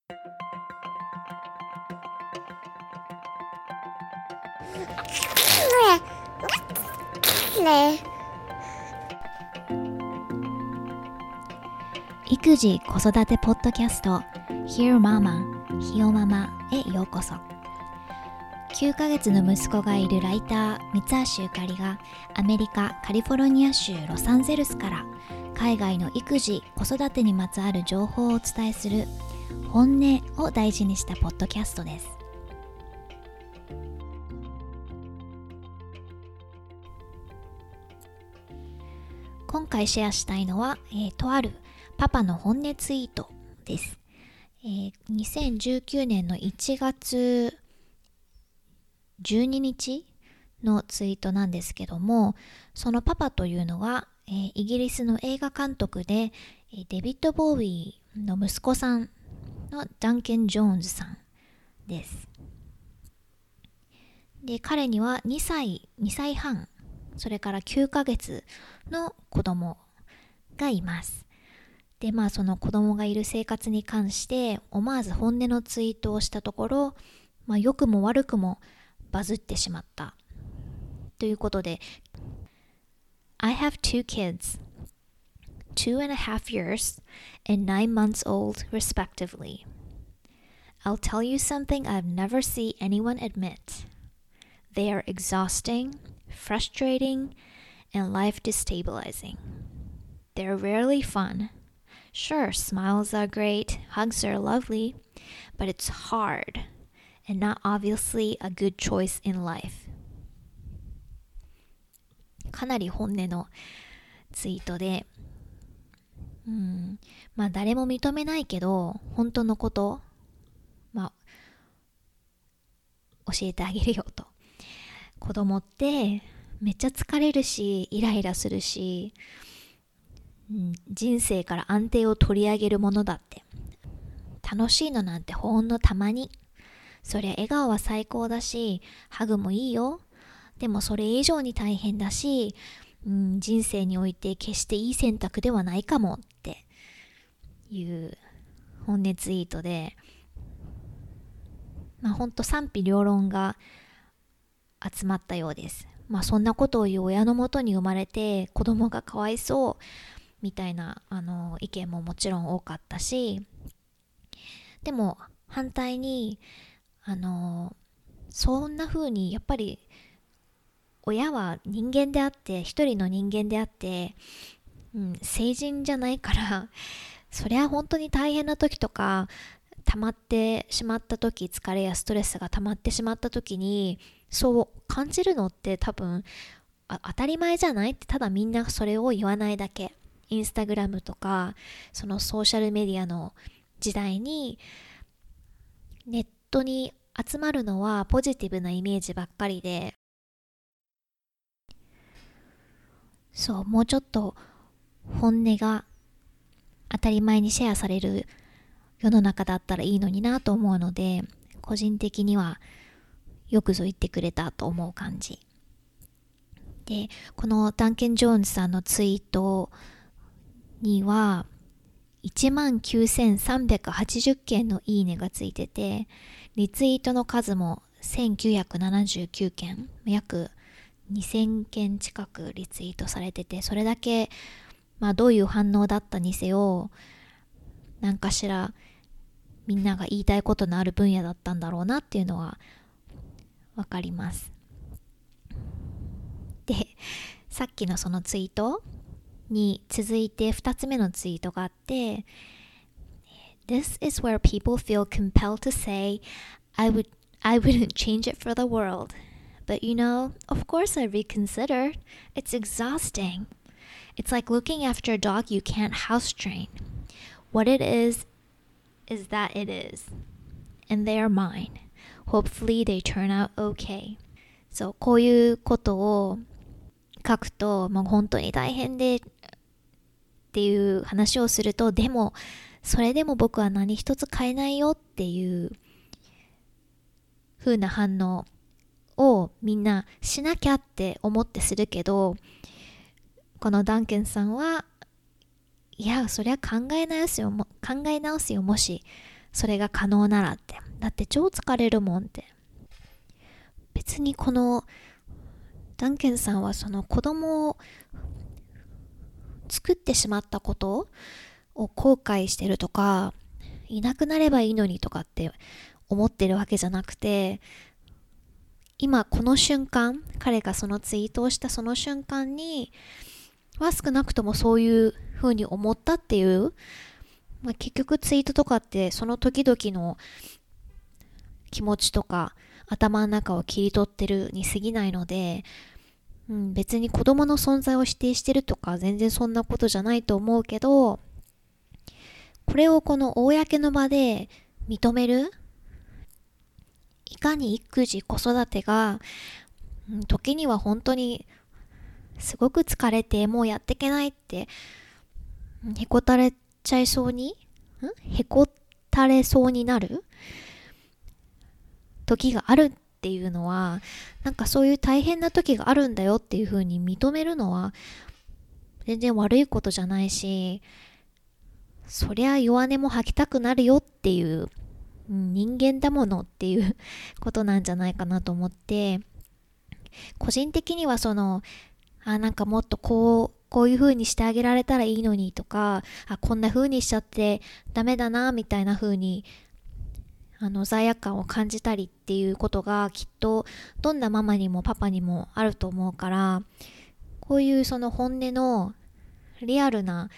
育児・子育てポッドキャスト Hear Mama ひよママへようこそ。9ヶ月の息子がいるライター三橋ゆかりがアメリカ・カリフォルニア州ロサンゼルスから海外の育児・子育てにまつわる情報をお伝えする本音を大事にしたポッドキャストです。今回シェアしたいのは、とあるパパの本音ツイートです。2019年の1月12日のツイートなんですけども、そのパパというのは、イギリスの映画監督でデビッド・ボーイの息子さんのダンケン・ジョーンズさんです。で、彼には2歳半、それから9ヶ月の子供がいます。で、その子供がいる生活に関して思わず本音のツイートをしたところ、良くも悪くもバズってしまったということで、 I have two kids, 2.5 years and 9 months old respectively. I'll tell you something I've never seen anyone admit. They are exhausting, frustrating, and life destabilizing. They're rarely fun. Sure, smiles are great, hugs are lovely, but it's hard and not obviously a good choice in life. かなり本音のツイートで、誰も認めないけど本当のこと、教えてあげるよと。子供ってめっちゃ疲れるし、イライラするし、人生から安定を取り上げるものだって。楽しいのなんてほんのたまに。そりゃ笑顔は最高だし、ハグもいいよ。でもそれ以上に大変だし、人生において決していい選択ではないかもっていう本音ツイートで、ほんと賛否両論が集まったようです。そんなことを言う親のもとに生まれて子供がかわいそうみたいな意見ももちろん多かったし、でも反対にそんな風にやっぱり親は人間であって、一人の人間であって、成人じゃないからそりゃ本当に大変な時とか、溜まってしまった時、疲れやストレスが溜まってしまった時にそう感じるのって多分当たり前じゃないって、ただみんなそれを言わないだけ。インスタグラムとかそのソーシャルメディアの時代にネットに集まるのはポジティブなイメージばっかりで、そう、もうちょっと本音が当たり前にシェアされる世の中だったらいいのになと思うので、個人的にはよくぞ言ってくれたと思う感じで、このダンケン・ジョーンズさんのツイートには19,380 件のいいねがついてて、リツイートの数も1979件、約2000件近くリツイートされてて、それだけどういう反応だったにせよ、何かしらみんなが言いたいことのある分野だったんだろうなっていうのはわかります。で、さっきのそのツイートに続いて2つ目のツイートがあって、 This is where people feel compelled to say I wouldn't change it for the world, but of course I reconsider. It's exhausting. It's like looking after a dog you can't house train. What it is that it is, and they are mine. Hopefully they turn out okay. そう、こういうことを書くと、本当に大変でっていう話をすると、でもそれでも僕は何一つ変えないよっていう風な反応をみんなしなきゃって思ってするけど、このダンケンさんは、いやそりゃ考え直すよ、もしそれが可能ならって。だって超疲れるもんって。別にこのダンケンさんはその子供を作ってしまったことを後悔してるとか、いなくなればいいのにとかって思ってるわけじゃなくて、今この瞬間、彼がそのツイートをしたその瞬間には少なくともそういう風に思ったっていう、結局ツイートとかってその時々の気持ちとか頭の中を切り取ってるに過ぎないので、別に子供の存在を否定してるとか全然そんなことじゃないと思うけど、これをこの公の場で認める、いかに育児子育てが時には本当にすごく疲れてもうやっていけないってへこたれちゃいそうにへこたれそうになる時があるっていうのは、なんかそういう大変な時があるんだよっていう風に認めるのは全然悪いことじゃないし、そりゃ弱音も吐きたくなるよっていう、人間だものっていうことなんじゃないかなと思って、個人的にはそのなんかもっとこういう風にしてあげられたらいいのにとか、こんな風にしちゃってダメだなみたいな風に罪悪感を感じたりっていうことがきっとどんなママにもパパにもあると思うから、こういうその本音のリアルな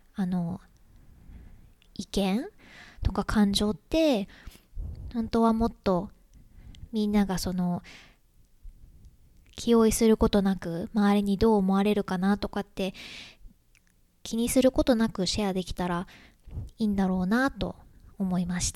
意見とか感情って本当はもっとみんながその気負いすることなく、周りにどう思われるかなとかって気にすることなくシェアできたらいいんだろうなと思いました。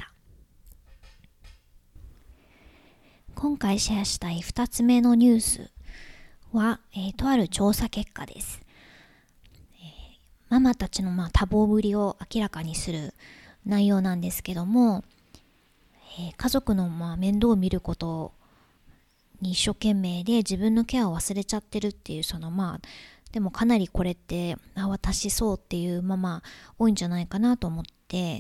今回シェアしたい2つ目のニュースは、とある調査結果です。ママたちの多忙ぶりを明らかにする内容なんですけども、家族の面倒を見ることに一生懸命で自分のケアを忘れちゃってるっていう、そのでもかなりこれって私そうっていうママ多いんじゃないかなと思って、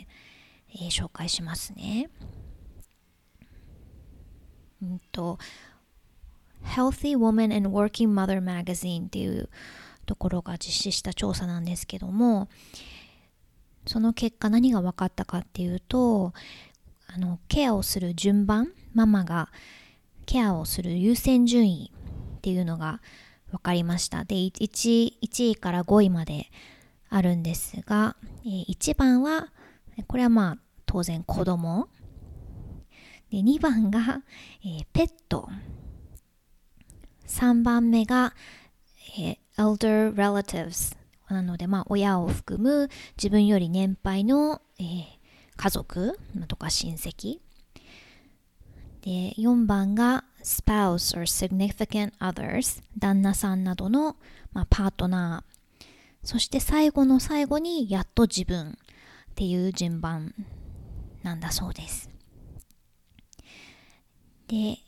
紹介しますね。Healthy Woman and Working Mother Magazine っていうところが実施した調査なんですけども、その結果何が分かったかっていうと、ケアをする順番、ママがケアをする優先順位っていうのが分かりました。で、1位から5位まであるんですが、1番はこれは当然子供で、2番が、ペット、3番目が、elder relatives なので親を含む自分より年配の、家族とか親戚で、4番が spouse or significant others 旦那さんなどの、パートナー、そして最後の最後にやっと自分っていう順番なんだそうです。で、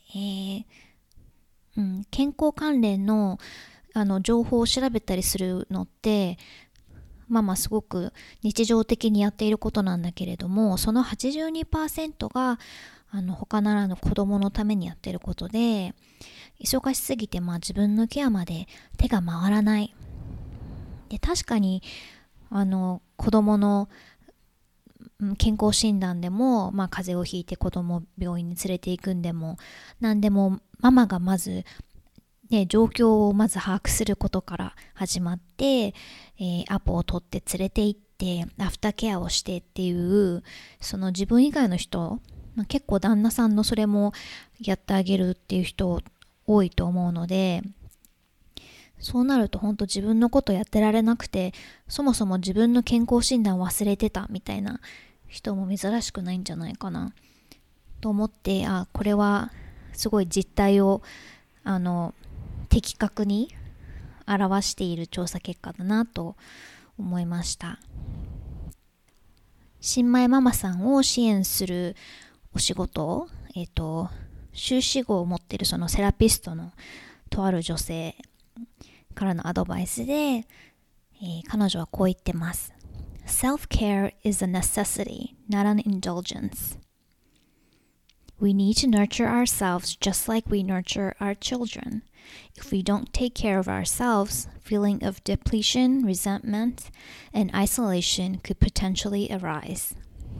健康関連の情報を調べたりするのってすごく日常的にやっていることなんだけれども、その 82% が他ならぬ子供のためにやっていることで、忙しすぎて自分のケアまで手が回らない。で、確かに子供の健康診断でも、風邪をひいて子供を病院に連れて行くんでも何でも、ママがまず状況をまず把握することから始まって、アポを取って連れて行ってアフターケアをしてっていう、その自分以外の人、結構旦那さんのそれもやってあげるっていう人多いと思うので、そうなると本当自分のことやってられなくて、そもそも自分の健康診断を忘れてたみたいな人も珍しくないんじゃないかなと思って、これはすごい実態を的確に表している調査結果だなと思いました。新米ママさんを支援するお仕事、修士号を持っているそのセラピストのとある女性からのアドバイスで、彼女はこう言ってます。 Self-care is a necessity, not an indulgence. We need to nurture ourselves just like we nurture our children. If we don't take care of ourselves, feeling of depletion, resentment, and isolation could potentially arise.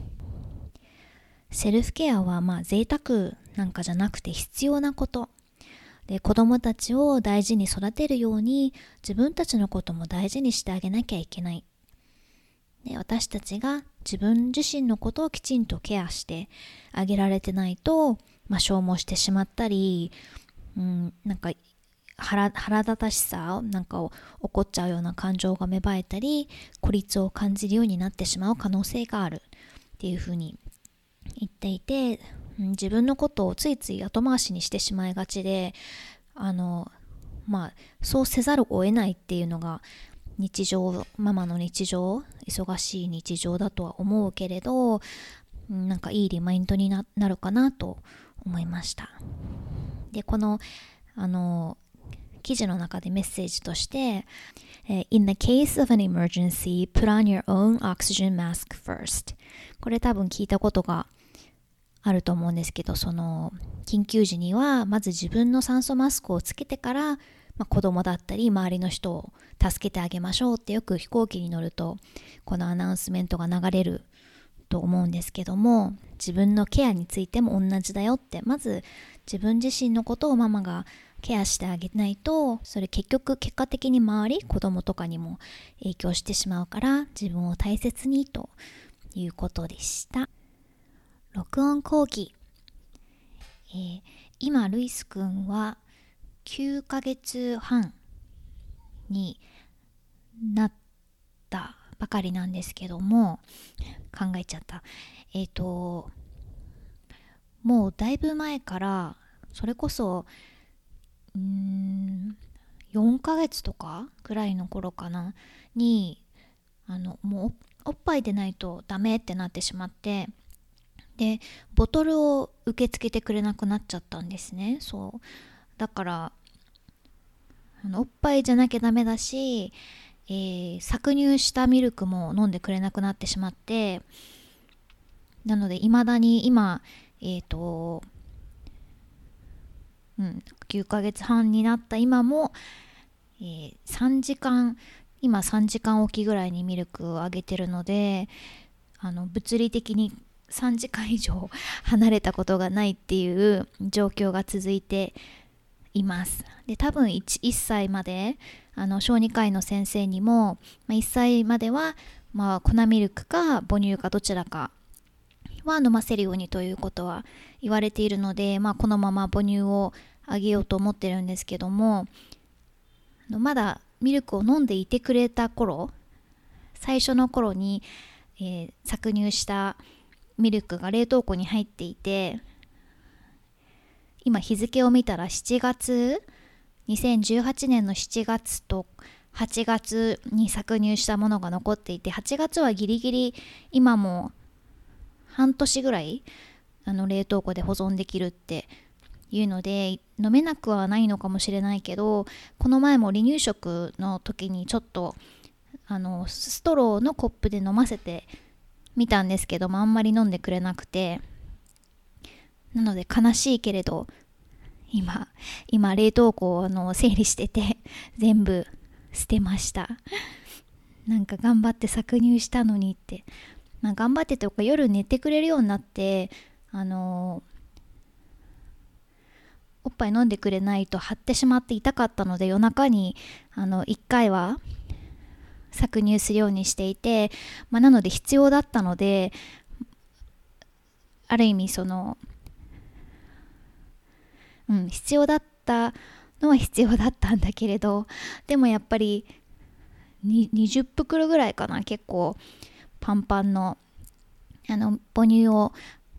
セルフケアは贅沢なんかじゃなくて必要なこと。で、子供たちを大事に育てるように自分たちのことも大事にしてあげなきゃいけない。で、私たちが自分自身のことをきちんとケアしてあげられてないと、消耗してしまったり、なんか腹立たしさなんかを起こっちゃうような感情が芽生えたり、孤立を感じるようになってしまう可能性があるっていうふうに言っていて、自分のことをついつい後回しにしてしまいがちで、そうせざるを得ないっていうのがママの日常、忙しい日常だとは思うけれど、なんかいいリマインドに なるかなと思いました。で、この記事の中でメッセージとして、In the case of an emergency, put on your own oxygen mask first. これ多分聞いたことがあると思うんですけど、その緊急時にはまず自分の酸素マスクをつけてから、子供だったり周りの人を助けてあげましょうってよく飛行機に乗るとこのアナウンスメントが流れると思うんですけども、自分のケアについても同じだよって、まず自分自身のことをママがケアしてあげないと、それ結果的に周り子供とかにも影響してしまうから、自分を大切にということでした。録音後期、今ルイスくんは9ヶ月半になったばかりなんですけども、考えちゃった。もうだいぶ前から、それこそ4ヶ月とかぐらいの頃かなにもうおっぱいでないとダメってなってしまって、でボトルを受け付けてくれなくなっちゃったんですね。そうだからおっぱいじゃなきゃダメだし、搾乳したミルクも飲んでくれなくなってしまって、なので未だに今9ヶ月半になった今も、3時間おきぐらいにミルクをあげてるので、物理的に3時間以上離れたことがないっていう状況が続いています。で、多分 1歳まで小児科医の先生にも、1歳までは、粉ミルクか母乳かどちらかは飲ませるようにということは言われているので、このまま母乳をあげようと思ってるんですけども、まだミルクを飲んでいてくれた頃、最初の頃に、搾乳したミルクが冷凍庫に入っていて、今日付を見たら2018年の7月と8月に搾乳したものが残っていて、8月はギリギリ今も半年ぐらい冷凍庫で保存できるっていうので飲めなくはないのかもしれないけど、この前も離乳食の時にちょっとストローのコップで飲ませてみたんですけども、あんまり飲んでくれなくて、なので悲しいけれど今冷凍庫を整理してて全部捨てました。なんか頑張って搾乳したのにって、頑張ってとか夜寝てくれるようになっておっぱい飲んでくれないと張ってしまって痛かったので、夜中に1回は搾乳するようにしていて、なので必要だったので、ある意味必要だったのは必要だったんだけれど、でもやっぱり20袋ぐらいかな、結構パンパンの母乳を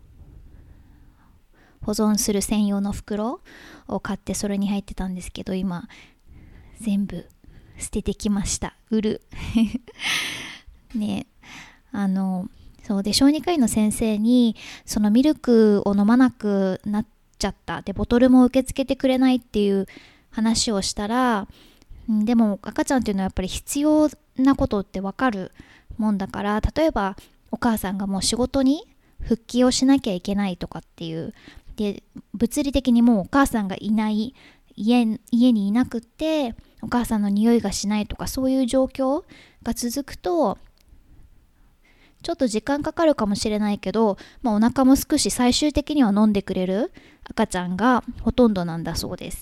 保存する専用の袋を買ってそれに入ってたんですけど、今全部捨ててきました。売るね。そうで、小児科医の先生にそのミルクを飲まなくなっちゃった、でボトルも受け付けてくれないっていう話をしたら、でも赤ちゃんっていうのはやっぱり必要なことって分かるもんだから、例えばお母さんがもう仕事に復帰をしなきゃいけないとかっていうで、物理的にもうお母さんがいない家にいなくって、お母さんの匂いがしないとか、そういう状況が続くとちょっと時間かかるかもしれないけど、お腹もすくし、最終的には飲んでくれる赤ちゃんがほとんどなんだそうです。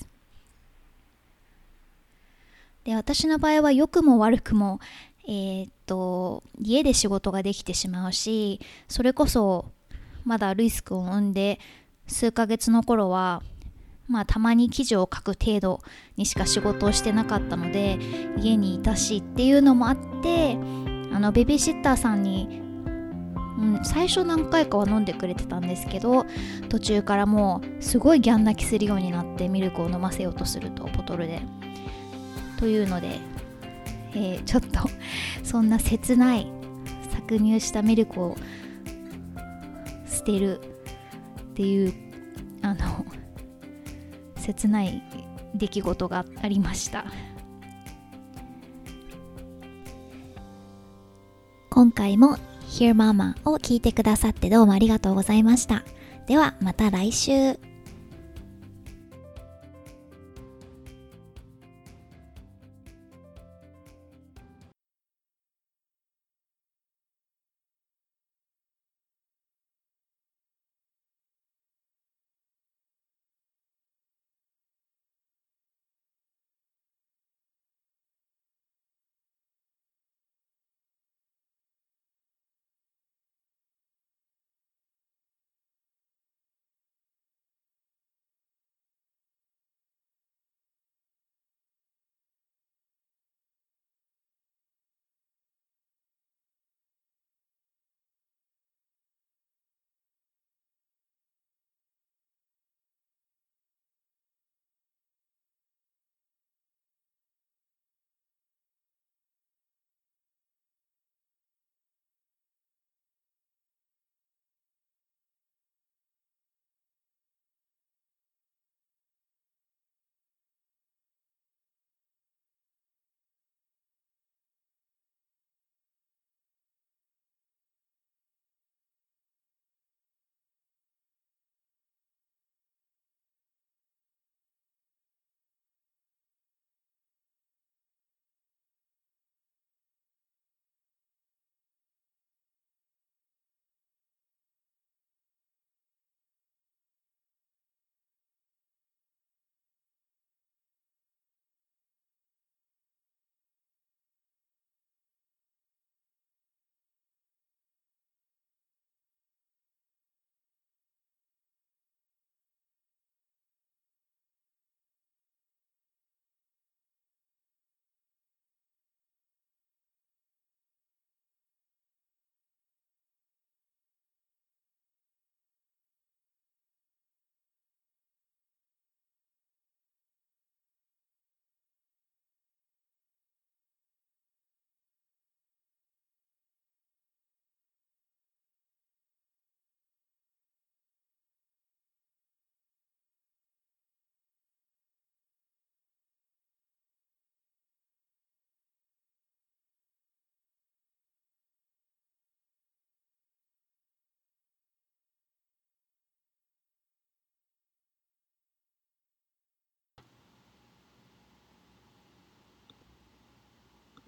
で、私の場合は良くも悪くも家で仕事ができてしまうし、それこそまだルイス君を産んで数ヶ月の頃はたまに記事を書く程度にしか仕事をしてなかったので、家にいたしっていうのもあって、ベビーシッターさんに、最初何回かは飲んでくれてたんですけど、途中からもうすごいギャン泣きするようになって、ミルクを飲ませようとすると、ボトルでというので、ちょっとそんな切ない搾乳したミルクを捨てるっていう切ない出来事がありました。今回も Hear Mama を聞いてくださってどうもありがとうございました。ではまた来週。